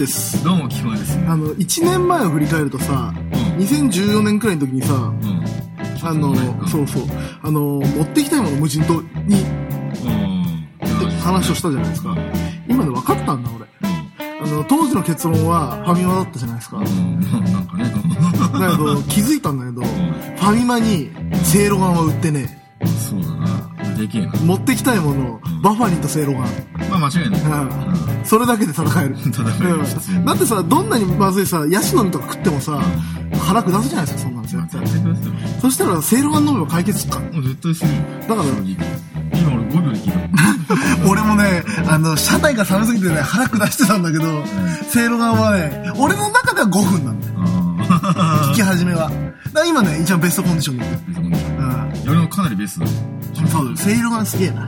です。 どうもキコです。 1年前を振り返るとさ、2014年くらいの時にさ、そうそう、持ってきたいもの無人島に、って話をしたじゃないですか。今で分かったんだ俺。当時の結論はファミマだったじゃないですか。 なんかね。 だけど気づいたんだけど、ファミマにセイロガンは売ってねえ。 そうだな。でけえな。 持ってきたいもの、バファリンとセイロガン。 まあ間違いない。 それだけで戦える。だってさ、どんなにまずいさ、ヤシの実とか食ってもさ、腹下すじゃないですか、そんなんですよ。そしたらセイロガン飲めば解決するか。 絶対する。 だから、 今俺5秒で聞いた。 俺もね、車内が寒すぎてね、腹下してたんだけど、セイロガンはね、俺の中では5分なんだよ。聞き始めは。だから今ね、一番ベストコンディションにいる。ベストコンディション。俺もかなりベストだ。 そうだ、セイロガンすげえな。だって、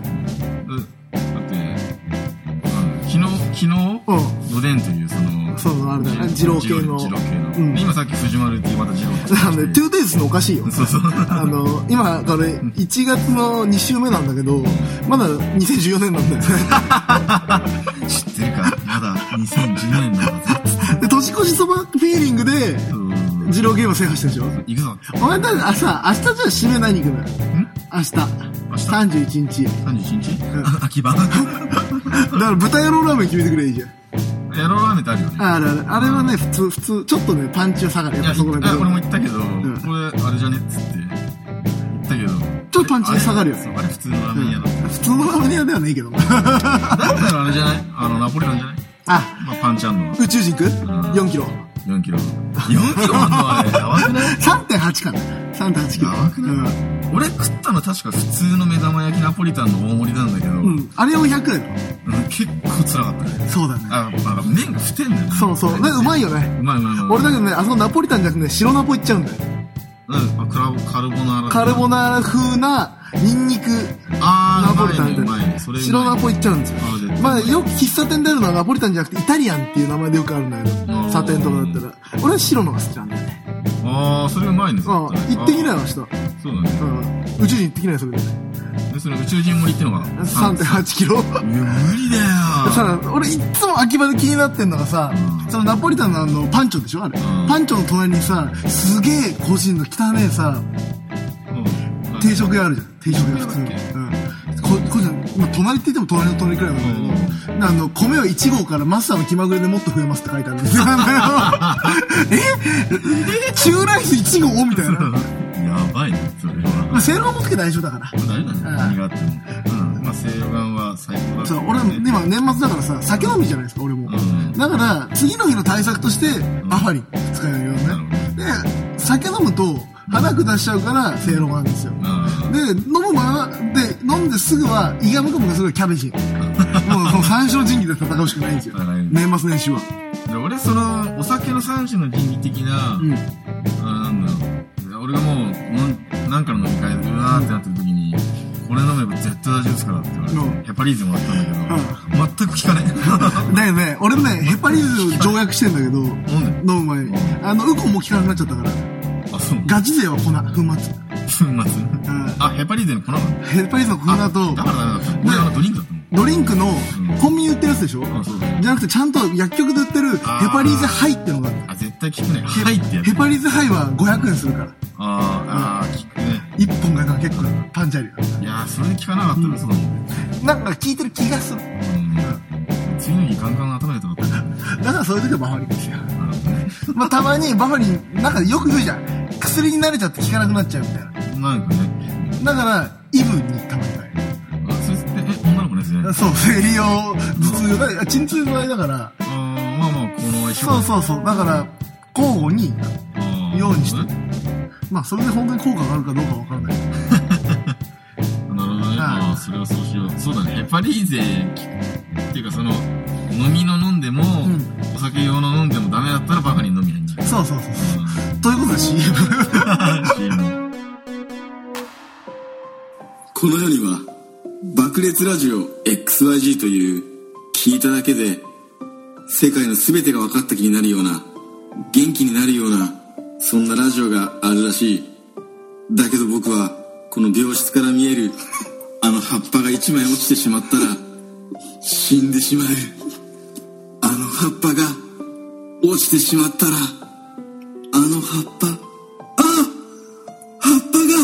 昨日、ドデンというそう、あれだね、二郎系の。 今さっき藤丸ってまた二郎。 なんで、トゥーデイズのおかしいよ。 そうそう。 今、これ、1月の2週目なんだけど、まだ2014年なんだよね。 知ってるか、まだ2014年なんだぜ。 で、年越しそばフィーリングで、二郎ゲーム制覇してるでしょ。 行くぞ。 お前だって明日じゃあ締め何行くのよ。明日。31日。 31日？秋葉。 だから豚野郎ラーメン決めてくれいいじゃん。 野郎ラーメンってあるよね。 あれはね、普通、ちょっとね、パンチは下がる。 やっぱそこら辺。俺も言ったけど、これ、あれじゃねっつって言ったけど。 ちょっとパンチ下がるよ。 あれ普通のラーメン屋だ。 普通のラーメン屋ではねえけど。だったらあれじゃないナポリタンじゃない？まあパンチあんの。 宇宙人く ?4 キロ。 4キロ。4キロあんのあれ。やばくない？ 3.8 かな。3.8キロ。 やばくない？俺食ったの確か普通の目玉焼きナポリタンの大盛りなんだけど。 あれ400円だよ。 結構辛かったね。 そうだね。 麺が太んだよね。 そうそう。うまいよね。 うまい。 俺だけどね、あそこナポリタンじゃなくてね、白ナポいっちゃうんだよ。 カルボナーラ。 カルボナーラ風な、ニンニク、ナポリタンみたいな。白ナポいっちゃうんですよ。まあ、よく喫茶店であるのはナポリタンじゃなくて、イタリアンっていう名前でよくあるんだけど、サテンとかだったら。俺は白のが好きなんだよね。 それうまいんですよ。 行ってきなよ、明日。そうだね。 宇宙人行ってきなよ、それで。 それ宇宙人盛りってのが 3.8 キロ。 いや、無理だよ。 さ、俺いつも秋葉で気になってんのがさ、そのナポリタンのパンチョでしょあれ。パンチョの隣にさ、すげえ個人の汚ねえさ、定食屋あるじゃん。定食屋普通に。個人、隣って言っても隣の隣くらいなんだけど、米は1号からマスターの気まぐれでもっと増えますって書いてあるんですよ。中ライス1号みたいな。 やばいね、それは。 セイロガンもつけ大丈夫だから。 大丈夫だね。何があっても。まあ、セイロガンは最高だ。 そう、俺今年末だからさ、酒飲みじゃないですか、俺も。だから、次の日の対策として、バファリン使えるよね。で、酒飲むと、腹下しちゃうから、セイロガンですよ。で、飲んですぐは、胃がムカムカするキャベジン。もう、その三種の神器で戦うしかないんですよ。年末年始は。 俺、お酒の三種の神器的な、なんだろう。俺がもう、なんかの飲み会で、うわーってなってる時に、これ飲めば絶対大丈夫ですからって言われて、ヘパリーゼもらったんだけど、全く効かねえ。 だよね、俺ね、ヘパリーゼを条約してんだけど、飲む前に。ウコンも効かなくなっちゃったから。ガチ勢は粉、粉末。 ヘパリーゼの粉なの？ ヘパリーゼの粉と、 だから俺ドリンクだったの。 ドリンクの、コンビニ売ってるやつでしょ？じゃなくてちゃんと薬局で売ってるヘパリーゼハイってのがある。 絶対効くね。ハイってやつ。 ヘパリーゼハイは500円するから。効くね。 1本が結構パンチあるよ。 いやそれで効かなかったらそうだもんね。 なんか効いてる気がする。 次の日ガンガン頭でとかった。 だからそういう時はバファリンですよ。まあたまにバファリン、なんかよく言うじゃん。薬に慣れちゃって効かなくなっちゃうみたいな。 なんかね。 だから、イブにたまにない。 それって、女の子ですね。 そう、生理用、頭痛用、鎮痛の場合だから。 この一緒。 そう。だから、交互に、ようにして。まあ、それで本当に効果があるかどうかわかんない。 なるほどね。それはそうしよう。そうだね。ヘパリーゼっていうか飲みの飲んでも、お酒用の飲んでもダメだったらバカに飲みないんだ。 そう。ということで CM。 この世には爆裂ラジオ XYG という聞いただけで世界の全てが分かった気になるような元気になるようなそんなラジオがあるらしい。だけど僕はこの病室から見えるあの葉っぱが一枚落ちてしまったら死んでしまう。あの葉っぱが落ちてしまったら、あの葉っぱ、葉っぱが、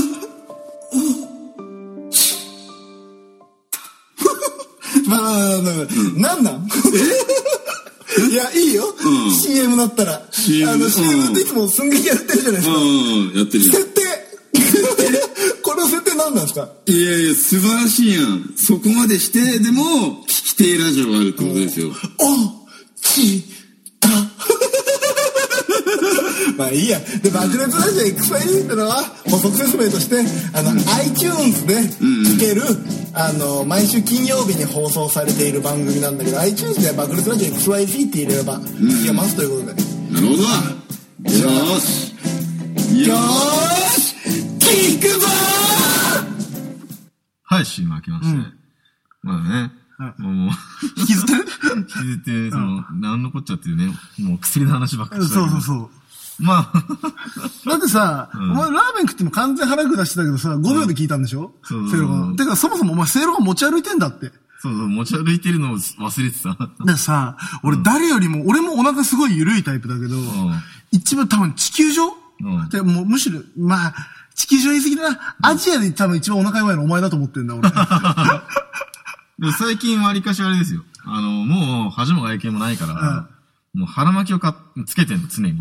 なんなんいや、いいよ。CM だったら。CM っていつもすんげえやってるじゃないですか。 やってるよ。 設定この設定何なんですか？ いやいや、素晴らしいやん。そこまでして、でも、聞き手ラジオがあるってことですよ。 まあいいや。で、爆裂ラジオ XYZ ってのは、補足説明として、iTunes で聞ける、毎週金曜日に放送されている番組なんだけど、iTunes で爆裂ラジオ XYZ って入れれば、聞けますということで。 なるほど。よーし聞くぞー。はい、CM開けまして。まあね。もう、 引きずってる引きずって、なんのこっちゃっていうね、もう薬の話ばっかりしてそう。 まあ。 だってさ、お前ラーメン食っても完全腹下してたけどさ、5秒で聞いたんでしょ？せいろが。てか、そもそもお前せいろが持ち歩いてんだって。 そう、持ち歩いてるのを忘れてた。だからさ、俺誰よりも、俺もお腹すごい緩いタイプだけど、一番多分地球上でもうむしろ、まあ、地球上言い過ぎだな。アジアで多分一番お腹弱いのお前だと思ってんだ、俺。 最近割かしあれですよ。もう恥も外見もないから、もう腹巻きをつけてんの、常に。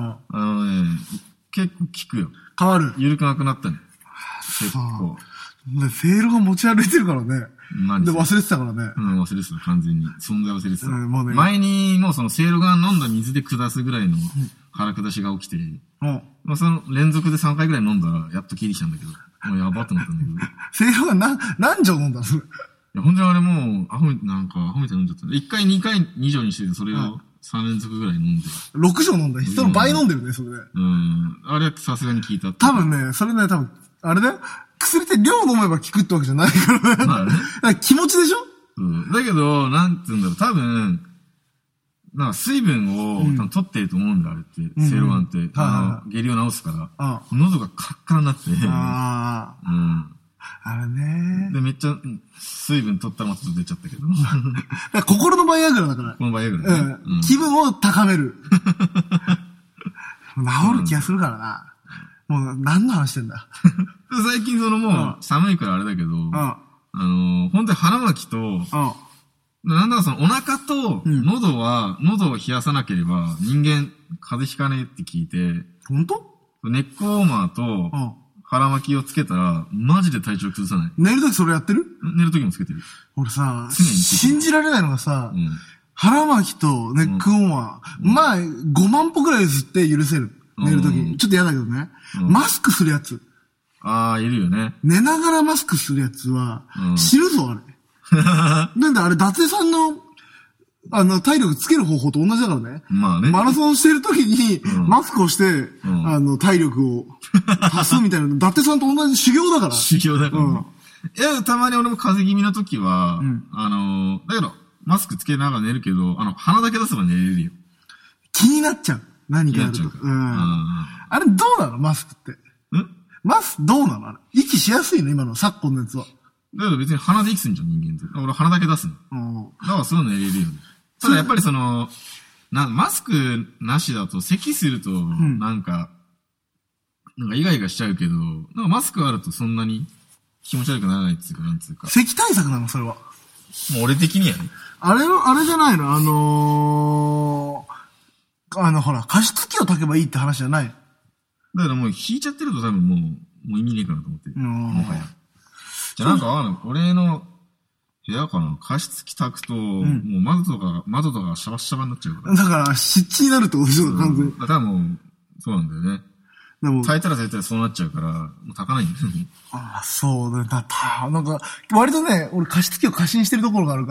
結構効くよ。 変わる。 緩くなくなったね。結構。 セールが持ち歩いてるからね。で、忘れてたからね。 忘れてた、完全に。存在忘れてた。前に、もうそのセールが飲んだ水で下すぐらいの腹下しが起きて、まあその連続で3回ぐらい飲んだら、やっと切りしたんだけど、もうやばってなったんだけど。 セールが何錠飲んだのそれ。 いや、ほんとにあれもう、アホみたいに飲んじゃった。1回2回2錠にしてて、それを3連続ぐらい飲んで。 6錠飲んだ人の倍飲んでるね、それで。 あれはさすがに効いたって。 多分ね、それね、あれだよ。薬って量飲めば効くってわけじゃないからね。まあね。気持ちでしょ？ だけど、なんて言うんだろう、多分、なんか水分を多分取ってると思うんだ、あれって。セイロガンって。下痢を治すから。喉がカッカラになって。あれね。で、めっちゃ水分取ったらまた出ちゃったけど。 心のバイアグラだから。 このバイアグラね。 気分を高める。治る気がするからな。もう何の話してんだ。 最近もう寒いからあれだけど、本当に腹巻きと、なんだかお腹と喉を冷やさなければ人間風邪ひかねえって聞いて、 本当？ ネックウォーマーと腹巻きをつけたらマジで体調崩さない。 寝るときそれやってる？ 寝るときもつけてる。 俺さ、信じられないのがさ、腹巻きとネックウォーマー、まあ5万歩くらい吸って許せる。寝るとき。ちょっと嫌だけどね。マスクするやつ。 いるよね。 寝ながらマスクするやつは、死ぬぞ、あれ。なんであれ、伊達さんの、体力つける方法と同じだからね。 まあね。 マラソンしてるときに、マスクをして、体力を足すみたいな、伊達さんと同じ修行だから。 修行だから。いや、たまに俺も風邪気味のときは、だけど、マスクつけながら寝るけど、鼻だけ出せば寝れるよ。 気になっちゃう。何かやるとか。あれどうなのマスクって。マスクどうなのあれ。息しやすいの今の昨今のやつは。 だけど別に鼻で息すんじゃん、人間って。俺鼻だけ出すの。だからそういうの寝れるよね。ただやっぱりマスクなしだと咳すると、なんかイガイガしちゃうけど、なんかマスクあるとそんなに気持ち悪くならないっていうか、なんつうか。 咳対策なのそれは。 もう俺的にはね。あれじゃないのほら、加湿器を炊けばいいって話じゃない。 だからもう引いちゃってると多分もう意味ねえかなと思って。もはや。じゃあなんか俺の部屋かな、加湿器炊くと、もう窓とかシャバシャバになっちゃうから。 だから、湿地になるってことでしょ、完全に。 多分、そうなんだよね。でも炊いたら絶対そうなっちゃうから、もう炊かないんだよね。 そうだ、なんか、割とね、俺加湿器を過信してるところがあるから、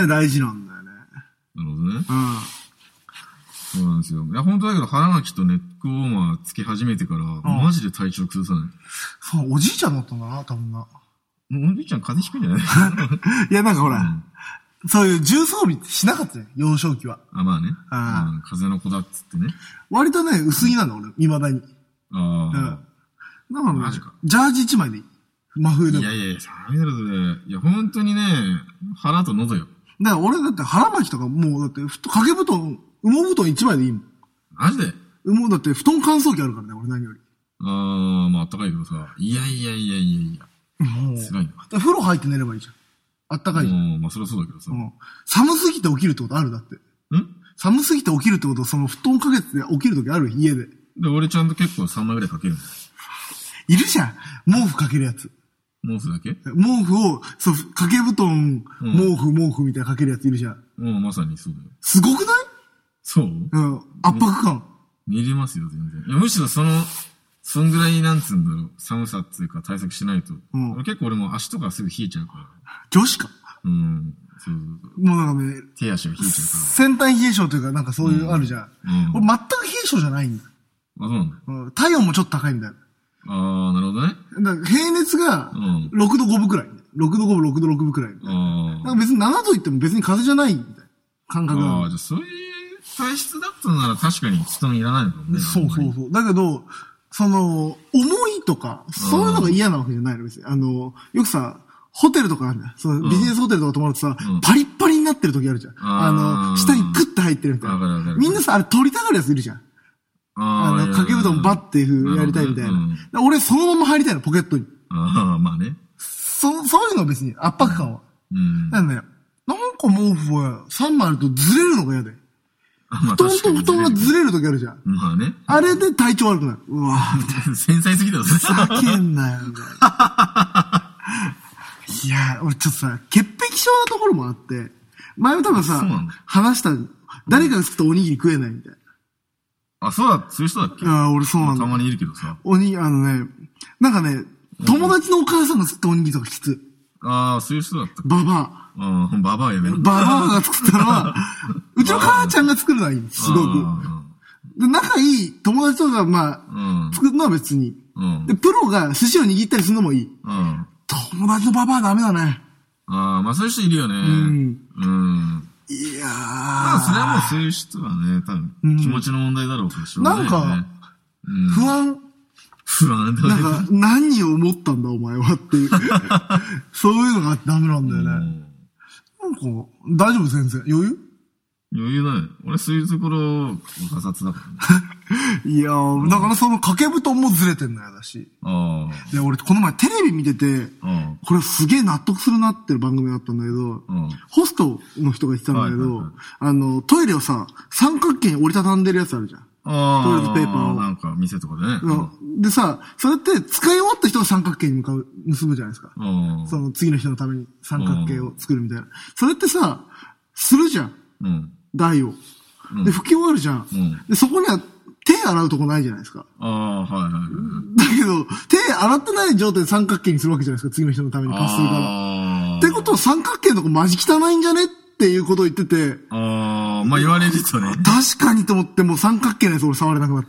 大事なんだよね。 なるほどね。そうなんですよ。いや、本当だけど、腹巻きとネックウォーマーつけ始めてから、マジで体調崩さない。 そう、おじいちゃんだったんだな、多分な。 おじいちゃん風邪ひくんじゃないいや、なんかほら、そういう重装備しなかったよ、幼少期は。 まあね。風邪の子だっつってね。 割とね、薄着なの、俺、未だに。なんかマジか。ジャージ一枚でいい。真冬でも。 いや、寒いだろ、それ。いや、本当にね、腹と喉よ。 だから俺だって腹巻きとかもう、だって、掛け布団羽毛布団1枚でいいもん。 マジで？ 羽毛だって布団乾燥機あるからね、俺何より。 まああったかいけどさ。いや。 もう。 辛いな。 風呂入って寝ればいいじゃん。あったかいじゃん。 まあそれはそうだけどさ。 寒すぎて起きるってことあるだって。寒すぎて起きるってこと、その布団かけて起きるときある家で。 で、俺ちゃんと結構3枚ぐらいかけるんだよ。 いるじゃん。毛布かけるやつ。 毛布だけ？ 毛布を、そう、掛け布団、毛布みたいなかけるやついるじゃん。 まさにそうだよ。 すごくない？ そう？ 圧迫感。 寝れますよ、全然。いや、むしろそんぐらいなんつうんだろう、寒さっていうか対策しないと。結構俺も足とかすぐ冷えちゃうから。 女子か？ そう。 もうなんかね、 手足が冷えちゃうから。 先端冷え性というか、なんかそういうあるじゃん。俺全く冷え性じゃないんだ。 あ、そうなんだ。 体温もちょっと高いんだよ。 なるほどね。 だから平熱が6度5分くらい。6度5分、6度6分くらい。なんか別に7度いっても別に風邪じゃないみたいな感覚なの。 じゃあそういう体質だったなら確かに布団いらないのかもね。 そう。だけど、重いとか、そういうのが嫌なわけじゃないの、別に。よくさ、ホテルとかあるんだよ。ビジネスホテルとか泊まるとさ、パリッパリになってる時あるじゃん。下にグッて入ってるみたいな。みんなさ、あれ取りたがるやついるじゃん。掛け布団バッていうやりたいみたいな。俺そのまま入りたいの、ポケットに。 まあね。 そういうのは別に圧迫感は。なんだよ。なんか毛布は3枚あるとずれるのが嫌で。布団と布団がずれる時あるじゃん。 まあね。 あれで体調悪くなる。うわぁ。 繊細すぎだろ、 叫んなよ、みたいな。いや、俺ちょっとさ、潔癖症なところもあって、前も多分さ、話した、誰かが作ったおにぎり食えないみたいな。 そういう人だっけ？ 俺そうなんだ。 たまにいるけどさ。 なんかね、友達のお母さんが作ったおにぎりとかきつい。 そういう人だったっけ？ ババア。 ババアやめろ。 ババアが作ったのは、うちの母ちゃんが作るのはいい。すごく。で、仲いい友達とか作るのは別に。で、プロが寿司を握ったりするのもいい。友達のババアダメだね。 まあそういう人いるよね。 いやー。 まあそれはもうそういう人はね、多分気持ちの問題だろうからしょうがないよね。なんか、 不安だね。なんか、何を思ったんだお前はっていう。そういうのがダメなんだよね。なんか、大丈夫先生？余裕だね。俺そういうところ、ガサツだからね。 いやー、だからその掛け布団もずれてんのやだし。で、俺この前テレビ見てて、これすげえ納得するなってる番組だったんだけど、ホストの人が言ってたんだけど、トイレをさ、三角形に折りたたんでるやつあるじゃん。トイレットペーパーを。 なんか店とかでね。 でさ、それって使い終わった人が三角形に結ぶじゃないですか。その次の人のために三角形を作るみたいな。それってさ、するじゃん。台を。で、拭き終わるじゃん。で、そこには手洗うとこないじゃないですか。だけど、手洗ってない状態で三角形にするわけじゃないですか。次の人のためにパスするから。ってことは三角形のとこマジ汚いんじゃねっていうことを言ってて。 まあ言われるとね。 確かにと思ってもう三角形のやつ俺触れなくなった。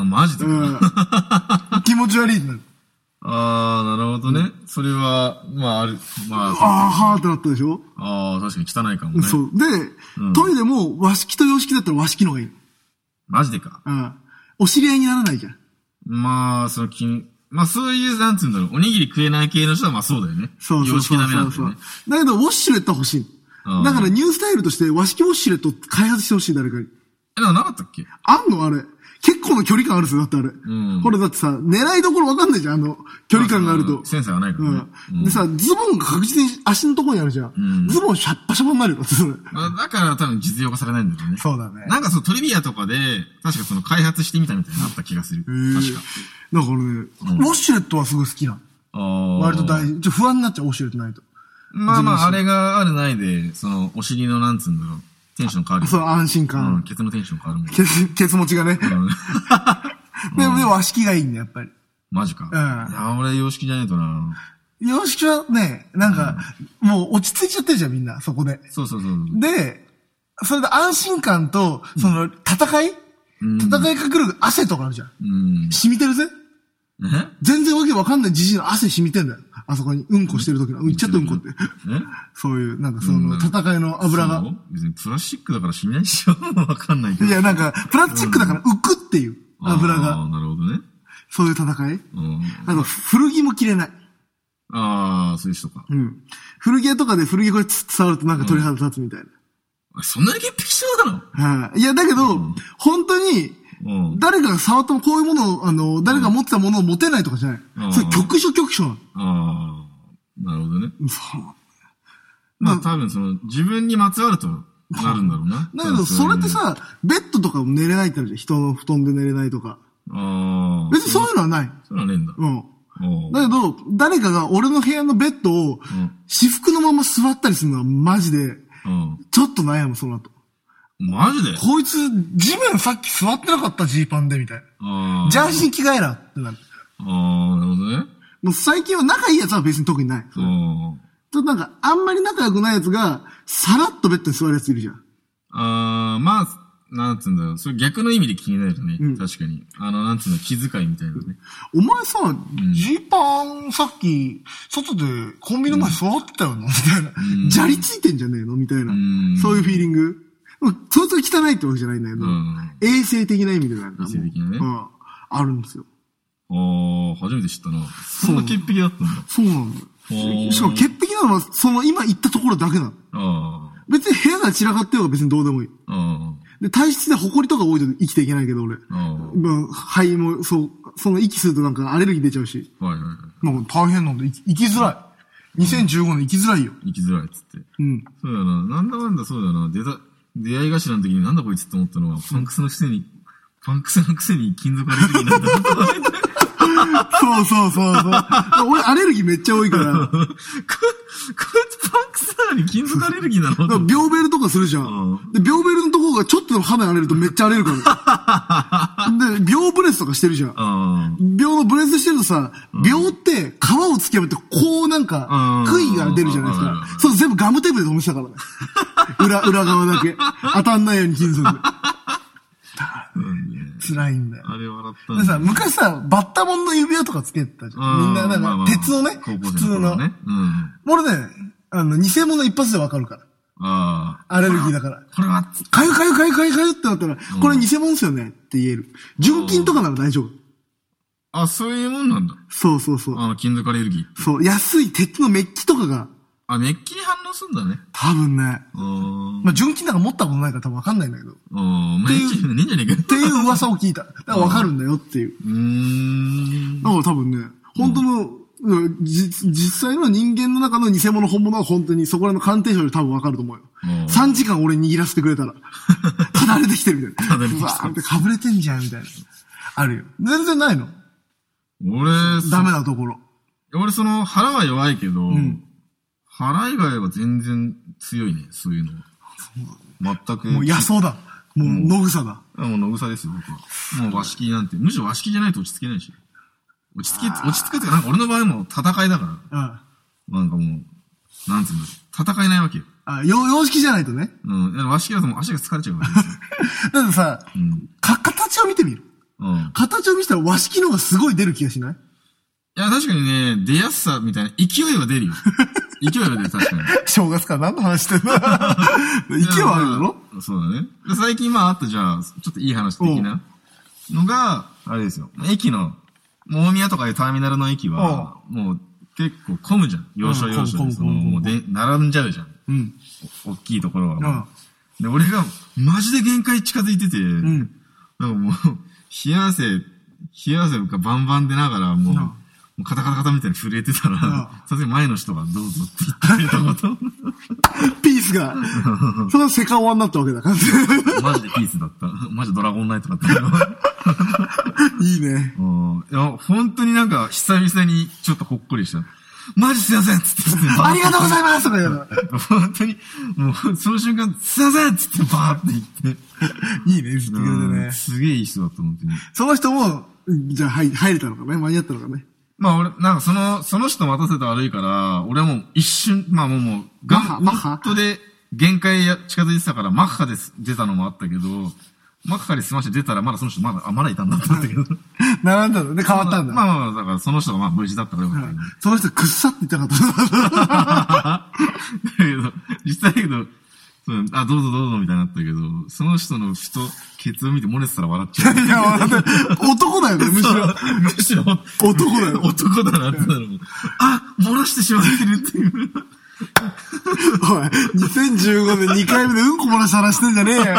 マジで気持ち悪いってなる。 なるほどね。それは、まあはーってなったでしょ？ 確かに汚いかもね。 そう。で、トイレも和式と洋式だったら和式の方がいい。 マジでか。 お知り合いにならないじゃん。 まあそういう、なんつうんだろう、おにぎり食えない系の人はまあそうだよね。 そう。 洋式ダメなんだよね。 だけど、ウォッシュレットは欲しい。だからニュースタイルとして和式ウォッシュレット開発してほしい、誰かに。 なかったっけ？ あんのあれ。結構の距離感あるんですよ、だってあれ。これだってさ、狙いどころわかんないじゃん、距離感があると。 センサーがないからね。 でさ、ズボンが確実に足のところにあるじゃん。ズボンシャッパシャパになるよ、それ。 だから多分実用化されないんだよね。 そうだね。 なんかトリビアとかで、確か開発してみたみたいなのあった気がする。確か。 だからね、ウォッシュレットはすごい好きなの。割と大事。不安になっちゃう、ウォッシュレットないと。 まあ、あれがあるないで、お尻のなんつうんだろう。テンション変わる。 そう、安心感。 ケツのテンション変わるもん。 ケツ持ちがね。でも和式がいいんだ、やっぱり。 マジか。いや、俺洋式じゃないとな。 洋式はね、なんか、もう落ち着いちゃってるじゃん、みんな、そこで。 そう。 で、それで安心感と、戦いかける汗とかあるじゃん。染みてるぜ。全然わけわかんないじじいの汗染みてんだよ。あそこにうんこしてる時の。言っちゃったうんこって。そういう、なんか戦いの油が。 別にプラスチックだから染みないしよ。わかんないけど。 いや、なんか、プラスチックだから浮くっていう油が。 なるほどね。 そういう戦い。古着も着れない。 そういう人か。 古着屋とかで古着これ触るとなんか鳥肌立つみたいな。 そんなに潔癖症なの？いや、だけど、本当に、誰かが触ってもこういうものを、誰かが持ってたものを持てないとかじゃない。それ局所なの。なるほどね。 そう。 まあ多分自分にまつわるとなるんだろうな。 だけど、それってさ、ベッドとかも寝れないってあるじゃん。人の布団で寝れないとか。別にそういうのはない。 そういうのはねえんだ。 だけど、誰かが俺の部屋のベッドを、私服のまま座ったりするのはマジで、ちょっと悩む、その後。 マジで？ こいつ、地面さっき座ってなかったジーパンで、みたいな。ジャージに着替えなってなる。 なるほどね。 もう最近は仲いいやつは別に特にない。なんか、あんまり仲良くないやつが、さらっとベッドに座るやついるじゃん。 まあ、なんつうんだろう。それ逆の意味で気になるね。確かに。なんつうんだ、気遣いみたいなね。 お前さ、ジーパンさっき、外でコンビニの前座ってたよな、みたいな。砂利ついてんじゃねえのみたいな。そういうフィーリング。そいつが汚いってわけじゃないんだけど、衛生的な意味でなんか。 衛生的なね。 あるんですよ。 初めて知ったな。そんな潔癖だったんだ。 そうなんだよ。しかも潔癖なのは、今言ったところだけなの。別に部屋が散らかってようが別にどうでもいい。で、体質で埃とか多いと生きていけないけど、俺。肺も、息するとなんかアレルギー出ちゃうし。なんか大変なんで、生きづらい。2015年生きづらいよ。 生きづらいっつって。そうだな。なんだかんだそうだな。出会い頭の時になんだこいつって思ったのは、パンクスのくせに金属アレルギーなんだなと思って。 そう。俺アレルギーめっちゃ多いから。 こいつパンクスなのに金属アレルギーなの？ 秒ベルとかするじゃん。で、秒ベルのところがちょっと肌荒れるとめっちゃ荒れるから。で、秒ブレスとかしてるじゃん。秒のブレスしてるとさ、秒って皮を突き破ってこうなんか、杭が出るじゃないですか。そう全部ガムテープで留めてたからね。裏側だけ。当たんないように金属で。辛いんだよ。 あれ笑ったんだ。 でさ、昔さ、バッタモンの指輪とかつけてたじゃん。みんななんか、鉄のね、普通の。俺ね、偽物一発でわかるから。アレルギーだから。 これは、 かゆってなったら、これ偽物っすよねって言える。純金とかなら大丈夫。 そういうもんなんだ。 そう。 金属アレルギー。 そう、安い鉄のメッキとかが。 メッキに反応するんだね。 多分ね。まあ、純金なんか持ったことないから多分わかんないんだけど。 メッキねえんじゃねえか。 っていう噂を聞いた。だからわかるんだよっていう。だから多分ね、本当の、実際の人間の中の偽物本物は本当にそこらの鑑定書で多分わかると思うよ。3時間俺握らせてくれたら。ただれてきてるみたいな。うわーってかぶれてんじゃんみたいな。あるよ。全然ないの？ダメなところ。 俺腹は弱いけど、腹以外は全然強いね、そういうのは。全く。 もう野草だ。もう野草だ。 もう野草ですよ、僕は。もう和式なんて。むしろ和式じゃないと落ち着けないし。落ち着くってなんか俺の場合も戦いだから。なんかもう、なんつうんだろう。戦えないわけよ。 洋式じゃないとね。 和式だともう足が疲れちゃうわけですよ。 だってさ、形を見てみる。形を見たら和式の方がすごい出る気がしない？ いや、確かにね、出やすさみたいな勢いは出るよ。勢いは出る、確かに。 正月から何の話してんの？勢いはあるだろ？ そうだね。最近あったじゃあ、ちょっといい話的なのが、あれですよ。駅の、大宮とかいうターミナルの駅は、もう結構混むじゃん。要所で、もう並んじゃうじゃん。大きいところは。で、俺がマジで限界近づいてて、なんかもう、冷や汗がバンバン出ながら、もうカタカタみたいに震えてたら、さすがに前の人がどうぞって言ってくれたこと。 ピースが、そのセカオワになったわけだから。 マジでピースだった。マジドラゴンナイトだった。 いいね。 いや、本当になんか久々にちょっとほっこりした。マジすいませんっつって。 ありがとうございますとか言うの。 本当に、もうその瞬間、すいませんっつってバーって言って。 いいね、言ってくれてね。 すげえいい人だった、本当に。 その人も、じゃあ入れたのかね、間に合ったのかね。 まあ俺、なんかその人待たせたら悪いから、俺はもう一瞬、まあもう、マッハで限界近づいてたからマッハで出たのもあったけど、マッハで済まして出たらまだその人まだいたんだって思ったけど。 なんだろうね、変わったんだ。 まあ、だからその人が無事だったからよかったけど。 その人くっさって言ったかった。 だけど、実際だけど、どうぞみたいになったけど、その人のふとケツを見て漏れてたら笑っちゃう。 いや、笑って男だよね、むしろ。男だよ。 男だなってなるもん。漏らしてしまってるっていう。 おい、2015年2回目でうんこ漏らした話してんじゃねえよ。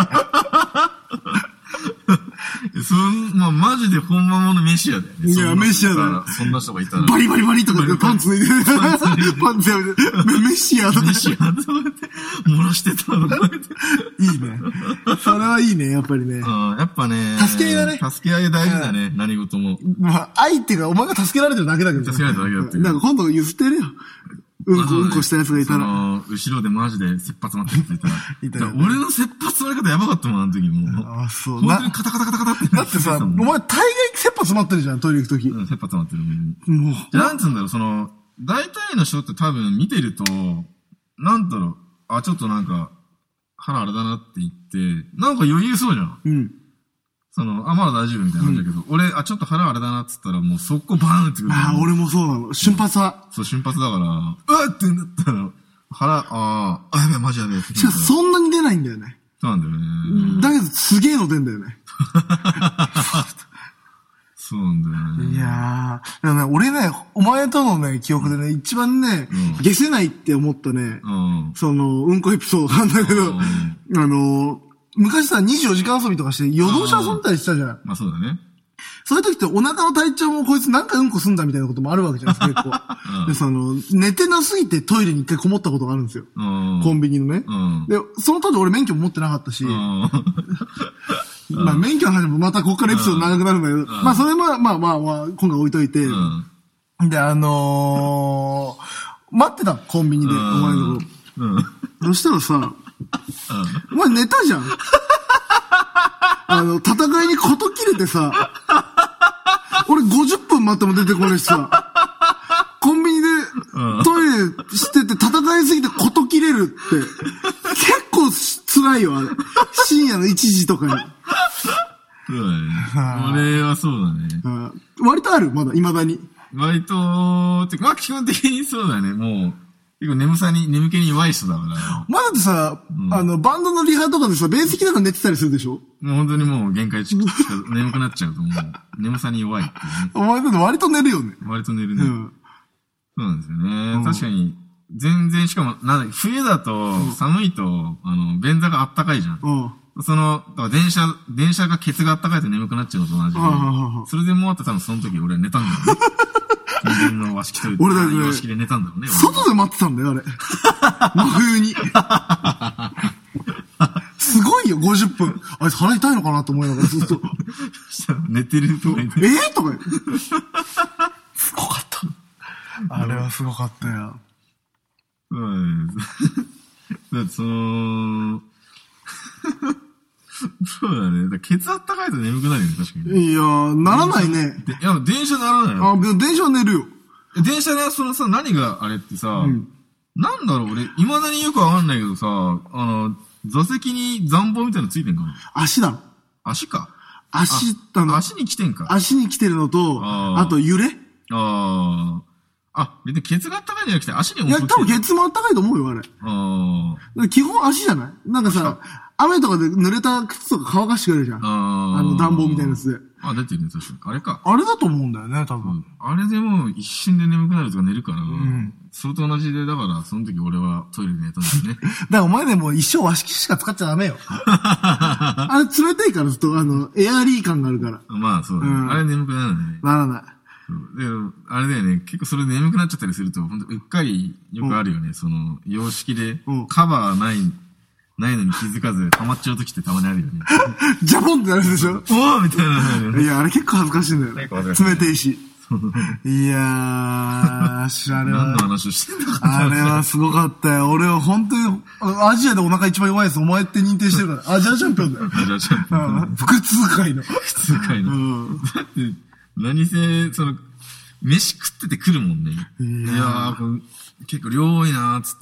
まあ、マジで本物のメシアだよね。 いや、メシアだよ。 そんな人がいたら。 バリバリバリとか言ってパンツ脱いで。パンツやめて。メシアとか。 メシアとか言って、漏らしてたとか言って。 いいね。それはいいね、やっぱりね。 やっぱね。 助け合いだね。 助け合い大事だね、何事も。 まあ、愛っていうか、お前が助けられてるだけだけど。 助けられてるだけだって。 なんか今度譲ってやるよ。うんこしたやつがいたら。 後ろでマジで切羽詰まってる人いたら。俺の切羽詰まり方やばかったもん、あの時も。 あ、そう。 本当にカタカタカタカタって。 だってさ、お前大概切羽詰まってるじゃん、トイレ行くとき。 うん、切羽詰まってる。もう。じゃあ、なんつうんだろう、大体の人って多分見てると、なんだろう、ちょっとなんか、腹あれだなって言って、なんか余裕そうじゃん。うん。まだ大丈夫みたいな感じだけど、俺、ちょっと腹あれだなって言ったら、もう速攻バーンってくる。 俺もそうなの。瞬発は。 そう、瞬発だから、うわってなったら、やべえ、マジやべえ。 しかもそんなに出ないんだよね。 そうなんだよね。 だけど、すげえの出んだよね。 そうなんだよね。 いやー。でもね、俺ね、お前とのね、記憶でね、一番ね、消せないって思ったね、うんこエピソードなんだけど、昔さ、24時間遊びとかして夜通し遊んだりしたじゃん。 まあそうだね。 そういう時ってお腹の体調もこいつなんかうんこすんだみたいなこともあるわけじゃないですか、結構。で、寝てなすぎてトイレに一回こもったことがあるんですよ。コンビニのね。で、その当時俺免許も持ってなかったし、まあ免許の話もまたこっからエピソード長くなるんだけど、まあそれはまあ今回置いといて、で、待ってたコンビニで、お前のところ。そしたらさ、お前寝たじゃん。戦いにこと切れてさ、俺50分待っても出てこないしさ、コンビニでトイレしてて戦いすぎてこと切れるって、結構辛いよ、あれ。深夜の1時とかに。 そうだね。俺はそうだね。 割とあるまだ、未だに。 割と、まあ基本的にそうだね、もう。結構眠気に弱い人だから。 まだってさ、バンドのリハとかでさ、ベース弾きながら寝てたりするでしょ？ もう本当にもう限界近く眠くなっちゃうともう、眠さに弱いっていうね。 お前だって割と寝るよね。 割と寝るね。そうなんですよね。確かに、全然、しかも、冬だと、寒いと、便座があったかいじゃん。電車がケツがあったかいと眠くなっちゃうのと同じで。それでもうあって多分その時俺寝たんだよね。人間の和式トイレ。 俺だけ和式で寝たんだろうね。 外で待ってたんだよ、あれ。真冬に。すごいよ、50分。あいつ腹痛いのかなと思いながらずっと。 寝てるとか言って。 とか言って。すごかった。あれはすごかったよ。 だってそうだね。ケツあったかいと眠くなるよね、確かに。 いやー、ならないね。 いや、電車ならないよ。 電車は寝るよ。 電車で何があれってさ、なんだろう、俺、未だによくわかんないけどさ、座席に暖房みたいなのついてんかな？ 足だろ。 足か。 足に来てんか。 足に来てるのと、あと揺れ？ 別にケツがあったかいんじゃなくて足にいや、多分ケツもあったかいと思うよ、あれ。基本足じゃない？なんかさ、雨とかで濡れた靴とか乾かしてくれるじゃん。暖房みたいなやつで。 出てるね、確かに。あれか。 あれだと思うんだよね、多分。 あれでもう一瞬で眠くなるとか寝るから、それと同じで、だから、その時俺はトイレで寝たんですね。 だからお前でも一生和式しか使っちゃダメよ。あれ冷たいからずっと、エアリー感があるから。 まあ、そうだね。あれ眠くなるね。 ならない。 で、あれだよね、結構それで眠くなっちゃったりすると、ほんとうっかりよくあるよね、洋式で、カバーないのに気づかず、溜まっちゃう時ってたまにあるよね。 ジャボンってなるでしょ？ おーみたいな。 いや、あれ結構恥ずかしいんだよね。冷ていし。いやー、あれは。 何の話をしてんだあれはすごかったよ。俺は本当に、アジアでお腹一番弱いやつ、お前って認定してるから。アジアチャンピオンだよ。 アジアチャンピオン。 腹痛界の。 腹痛界の。だって、何せ、飯食ってて来るもんね。いやー、結構量多いなーっつって。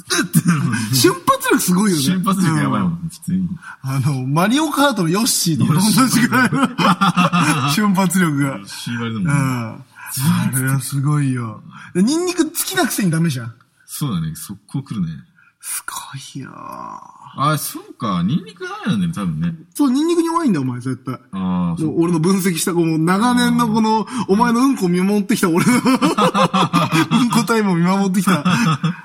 瞬発力すごいよね。 瞬発力やばいもん、普通に。 マリオカートのヨッシーと同じぐらいの瞬発力が。 ヨッシー割りだもんね。 あれはすごいよ。ニンニク好きなくせにダメじゃん。 そうだね、速攻来るね。 すごいよ。 そうか。ニンニクダメなんだよ、多分ね。 そう、ニンニクに弱いんだよ、お前、絶対。俺の分析した、長年のお前のうんこを見守ってきた、俺のうんこタイムを見守ってきた。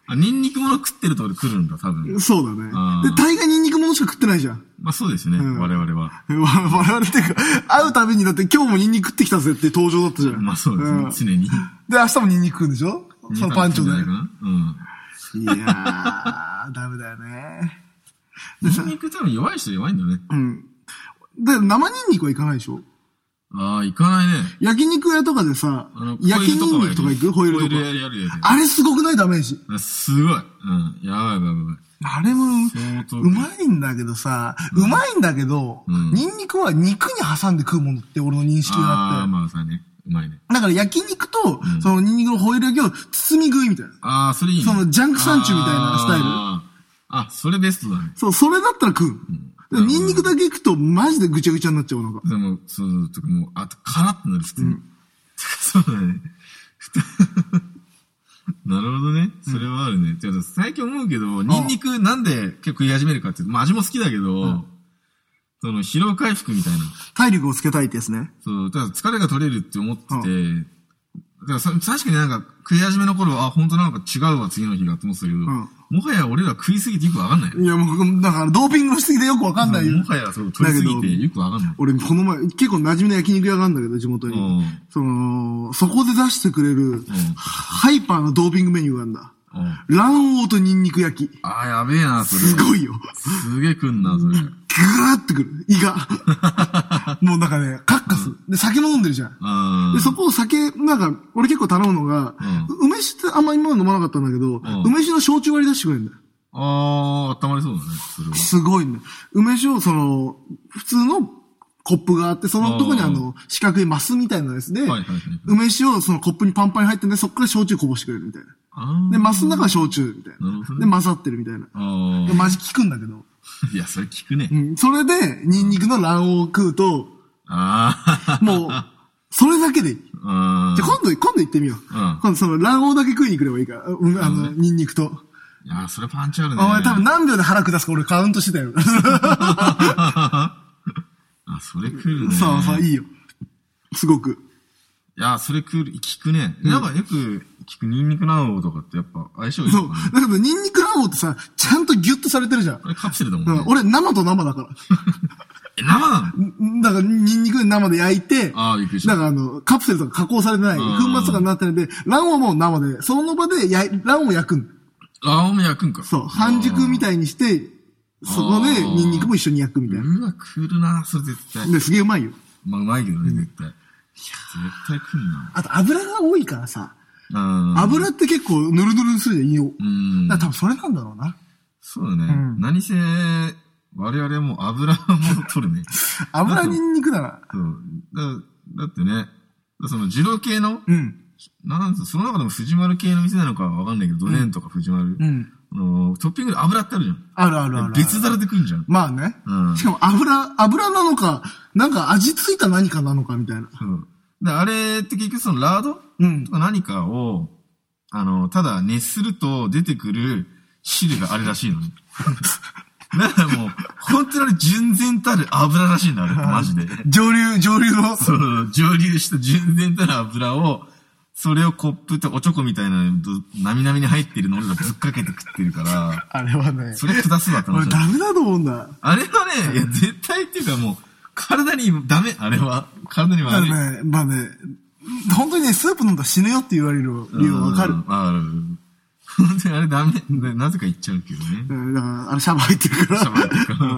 ニンニクもの食ってると俺来るんだ、多分。 そうだね。で、大概ニンニクものしか食ってないじゃん。 まあそうですね、我々は。 我々っていうか、会うたびにだって今日もニンニク食ってきたぜって登場だったじゃん。 まあそうですね、常に。 で、明日もニンニク食うんでしょそのパンチョで。いやー、ダメだよね。 ニンニク多分弱い人弱いんだよね。 で、生ニンニクはいかないでしょ行かないね。 焼肉屋とかでさ、焼きニンニクとか行くホイールとか。あれすごくないダメージ。 すごい。やばいやばい。 あれも、うまいんだけどさ、うまいんだけど、ニンニクは肉に挟んで食うものって俺の認識があって。 まあさね。うまいね。 だから焼肉と、そのニンニクのホイール焼きを包み食いみたいな。 それいいね。 そのジャンクサンチュみたいなスタイル。 それベストだね。 そう、それだったら食う。ニンニクだけ行くとマジでぐちゃぐちゃになっちゃうのか。 でも、そう、とかもう、あと、カラッとなる、普通に。そうだね。なるほどね。それはあるね。最近思うけど、ニンニクなんで結構食い始めるかっていうと、まあ味も好きだけど、その疲労回復みたいな。 体力をつけたいってやつね。 そう、だから疲れが取れるって思ってて、だから確かになんか食い始めの頃は、本当なんか違うわ、次の日がって思ってたけど、もはや俺ら食いすぎてよくわかんない。 いや、もう、だからドーピングのしすぎでよくわかんないよ。 もはやそう、取りすぎてよくわかんない。 俺、この前、結構馴染みの焼肉屋があるんだけど、地元に。そこで出してくれる、ハイパーなドーピングメニューがあるんだ。卵黄とニンニク焼き。 やべえな、それ。 すごいよ。 すげえ食んな、それ。 ぐーってくる。胃が。もうなんかね、カッカス。で、酒も飲んでるじゃん。で、そこを酒、なんか、俺結構頼むのが、梅酒ってあんま今まで飲まなかったんだけど、梅酒の焼酎割り出してくれるんだよ。 温まりそうだね、それは。 すごいね。梅酒を普通のコップがあって、そのとこに四角いマスみたいなやつで、梅酒をそのコップにパンパンに入ってんで、そっから焼酎こぼしてくれるみたいな。で、マスの中は焼酎みたいな。で、混ざってるみたいな。マジ効くんだけど。 いや、それ効くね。 それで、ニンニクの卵黄を食うと、もう、それだけでいい。じゃ、今度行ってみよう。今度その卵黄だけ食いに来ればいいから、ニンニクと。 いや、それパンチあるね。 お前多分何秒で腹下すか俺カウントしてたよ。 それ食うね。 そう、いいよ。すごく。 いや、それ効くね。なんかよく聞くニンニク卵黄とかってやっぱ相性いいのかね。 そう。だけどニンニク卵黄ってさ、ちゃんとギュッとされてるじゃん。 あれカプセルだもんね。 俺生と生だから。 生なの？だからニンニクで生で焼いて、 びっくりした。 だからカプセルとか加工されてない、粉末とかになってるんで、卵黄も生で、その場で卵黄を焼くん。 卵黄も焼くんか。 そう。半熟みたいにして、そこでニンニクも一緒に焼くみたいな。 うわ、食るな、それ絶対。 で、すげえうまいよ。 まあ、うまいけどね、絶対。いや、絶対食うな。 あと油が多いからさ、油って結構ヌルヌルするでいいよ。だから多分それなんだろうな。 そうだね。何せ、我々はもう油も取るね。 油ニンニクだな。 そう。だってね、その二郎系の、その中でも藤丸系の店なのかわかんないけど、ドネンとか藤丸。トッピングで油ってあるじゃん。 ある。 別皿で食うんじゃん。 まあね。しかも油なのか、なんか味ついた何かなのかみたいな。 あれって結局そのラードとか何かを、ただ熱すると出てくる汁があれらしいのに。だからもう、本当に純然たる油らしいんだ、あれ。マジで。 上流の。 そう、上流した純然たる油を、それをコップとおちょこみたいな、なみなみに入ってるの俺らぶっかけて食ってるから。 あれはね。 それ下すわって話。 ダメだと思うんだ。 あれはね、いや、絶対っていうかもう、体にダメ、あれは。体に悪い。 まあね、本当にね、スープ飲んだら死ぬよって言われる理由はわかる。本当にあれダメ。なぜか言っちゃうけどね。だから、あれシャバ入ってるから。シャバ入ってるから。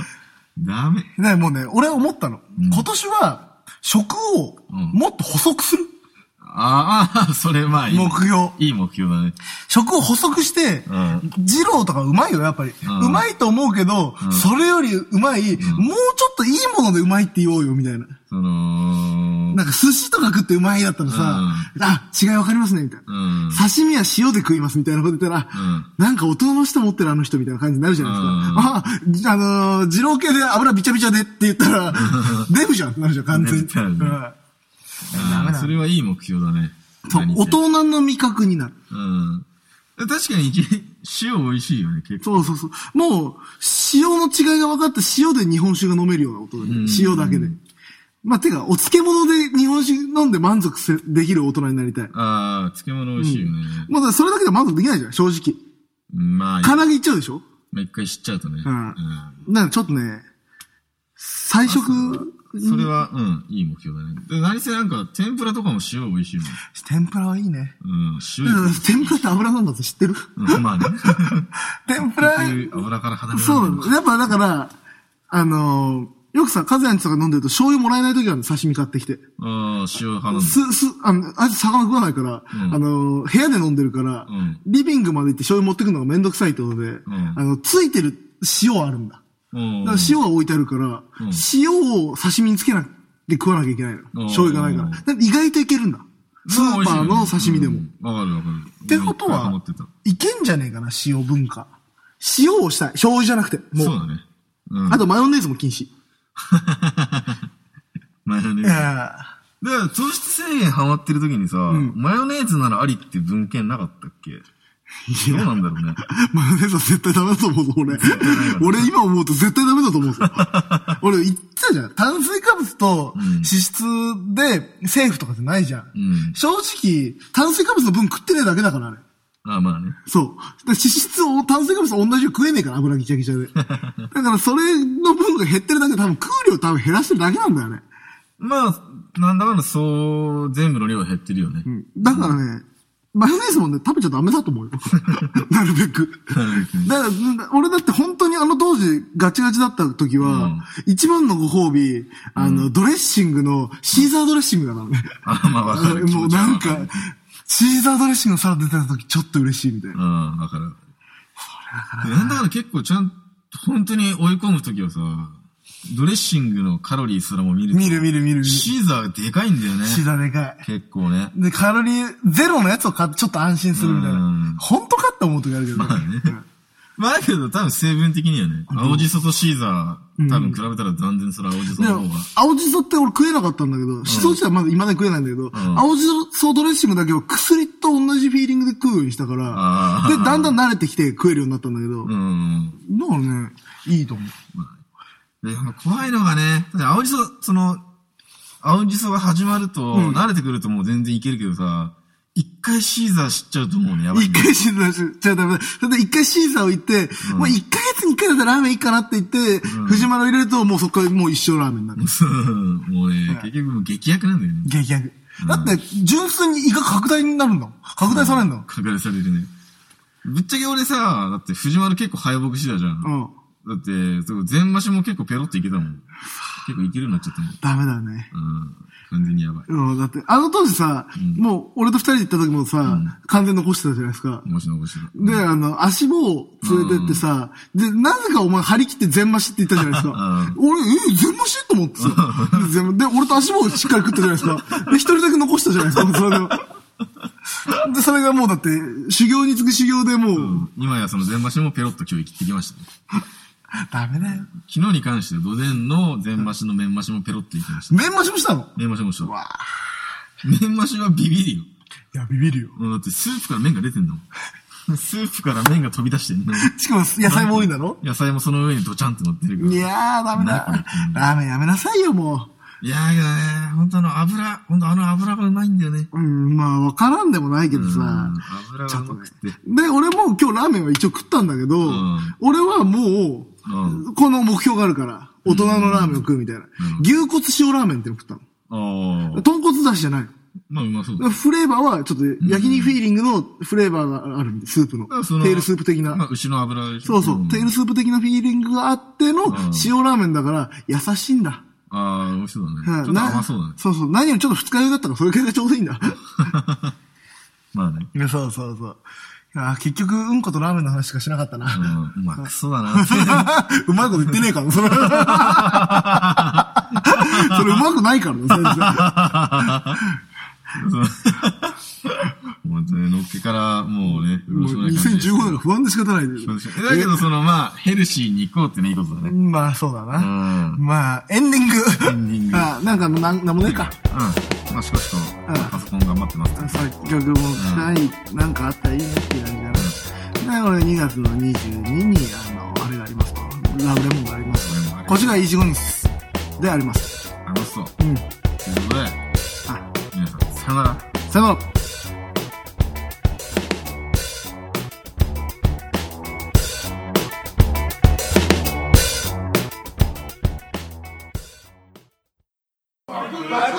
ダメ。 もうね、俺は思ったの。今年は、食をもっと細くする。 それまあいい。 目標。 いい目標だね。 食を細くして、二郎とかうまいよ、やっぱり。うまいと思うけど、それよりうまい、もうちょっといいものでうまいって言おうよ、みたいな。なんか寿司とか食ってうまいだったらさ、違いわかりますね、みたいな。刺身は塩で食います、みたいなこと言ったら、なんか大人の舌持ってるあの人みたいな感じになるじゃないですか。二郎系で油びちゃびちゃでって言ったら、デブじゃんってなるじゃん、完全に。 それはいい目標だね。 そう、大人の味覚になる。 確かに、塩美味しいよね、結構。そう。もう、塩の違いが分かって、塩で日本酒が飲めるような音で、塩だけで。 まあ、てか、お漬物で日本酒飲んで満足できる大人になりたい。 ああ、漬物美味しいよね。 まあ、それだけで満足できないじゃん、正直。 まあ、 金木いっちゃうでしょ？ まあ、一回知っちゃうとね。 だからちょっとね、菜食、 それは、いい目標だね。で、何せなんか、天ぷらとかも塩美味しいもん。 天ぷらはいいね。 塩。 天ぷらって油なんだって知ってる？ まあね。 天ぷら。 油から離れる。 そうなの。やっぱだから、よくさ、カズヤンチとか飲んでると醤油もらえない時は刺身買ってきて。 ああ、塩派なんだ。 あいつ魚食わないから、部屋で飲んでるから、リビングまで行って醤油持ってくるのがめんどくさいってことで、ついてる塩あるんだ。だから塩が置いてあるから、塩を刺身につけなで食わなきゃいけないの。醤油がないから。だから意外といけるんだ。スーパーの刺身でも。 わかるわかる。 ってことは、いけんじゃねえかな、塩文化。塩をしたい。醤油じゃなくて。もう。 そうだね。 あとマヨネーズも禁止。 マヨネーズ。だから糖質制限ハマってる時にさ、マヨネーズならありって文献なかったっけ？どうなんだろうね。 マヨネーズは絶対ダメだと思うぞ、俺。俺今思うと絶対ダメだと思うぞ。俺言ってたじゃん。炭水化物と脂質でセーフとかってないじゃん。正直、炭水化物の分食ってねえだけだから、あれ。 ああ、まあね。 そう。脂質を、炭水化物と同じように食えねえから、油ぎちゃぎちゃで。だからそれの分が減ってるだけで多分食う量多分減らしてるだけなんだよね。まあ、なんだかんだそう、全部の量減ってるよね。 だからね、マヨネーズもね、食べちゃダメだと思うよ。なるべく。だから、俺だって本当に当時ガチガチだった時は、一番のご褒美、ドレッシングのシーザードレッシングだからね。 まあわかる。 もうなんか、シーザードレッシングのサラダ出た時ちょっと嬉しいみたいな。 わかる。なんだから結構ちゃんと、本当に追い込む時はさ、ドレッシングのカロリーすらも見る。 見る。 シーザーでかいんだよね。 シーザーでかい。 結構ね。 で、カロリーゼロのやつを買ってちょっと安心するみたいな。本当かって思う時あるけどね。 まあね。まあだけど多分成分的にはね、青じそとシーザー、多分比べたら断然それ青じその方が。 青じそって俺食えなかったんだけど、しそ自体はまだ未だに食えないんだけど、青じそドレッシングだけは薬と同じフィーリングで食うようにしたから、で、だんだん慣れてきて食えるようになったんだけど、だからね、いいと思う。 で、怖いのがね、青じそが始まると、慣れてくるともう全然いけるけどさ、一回シーザー知っちゃうともうね、やばい。 一回シーザー知っちゃダメだ。それで一回シーザーを言って、もう一ヶ月に一回だったらラーメンいいかなって言って、藤丸を入れるともうそっからもう一生ラーメンになる。 もうね、結局もう激薬なんだよね。 激薬。だって、純粋に胃が拡大になるんだもん。拡大されるんだもん。 拡大されるね。ぶっちゃけ俺さ、だって藤丸結構敗北してたじゃん。だって、全増しも結構ペロっていけたもん。結構いけるようになっちゃったもん。 ダメだね。 完全にやばい。 だって、当時さ、もう、俺と二人で行った時もさ、完全残してたじゃないですか。 残してた。 で、足棒を連れてってさ、で、なぜかお前張り切って全増しって言ったじゃないですか。俺、全増しと思ってさ。で、俺と足棒をしっかり食ったじゃないですか。で、一人だけ残したじゃないですか。それで、それがもうだって、修行に次ぐ修行でもう。 今やその全増しもペロッと今日切ってきましたね。 ダメだよ。 昨日に関しては、どでんの全増しの麺増しもペロッといきました。 麺増しもしたの？ 麺増しもした。麺増しはビビるよ。 いや、ビビるよ。 だってスープから麺が出てんの。スープから麺が飛び出してんの。 しかも野菜も多いんだろ？ 野菜もその上にドチャンって乗ってるから。 いやー、ダメだ。ラーメンやめなさいよ、もう。いやーけどね、本当油がうまいんだよね。 まあ、わからんでもないけどさ。 油がうまくて。 で、俺も今日ラーメンは一応食ったんだけど、俺はもう、この目標があるから、大人のラーメンを食うみたいな。牛骨塩ラーメンっての食ったの。豚骨だしじゃないの。 まあ、うまそうだ。 フレーバーは、ちょっと、焼肉フィーリングのフレーバーがあるんで、スープの。テールスープ的な。 まあ、牛の油でしょ。そう。テールスープ的なフィーリングがあっての塩ラーメンだから、優しいんだ。 美味しそうだね。ちょっと甘そうだね。 そう。何よりちょっと二日酔いだったから、それくらいがちょうどいいんだ。 まあね。 そう。結局、うんことラーメンの話しかしなかったな。 うまくそうだな。 うまいこと言ってねえから、それ。それうまくないからね、全然。 本当に、のっけから、もうね、 2015年が不安で仕方ないで。 だけど、ヘルシーに行こうってね、いいことだね。 まあ、そうだな。まあ、エンディング。なんか、なんもねえか。 まあ、しかしと、パソコン頑張ってます。 作曲もしたい、なんかあったらいいねっていう感じかな。で、俺2月の22に、あれがありますと。ラブレモンがあります。こっちがイージゴニスであります。 楽しそう。ということで、皆さん、さよなら。 さよなら。 バ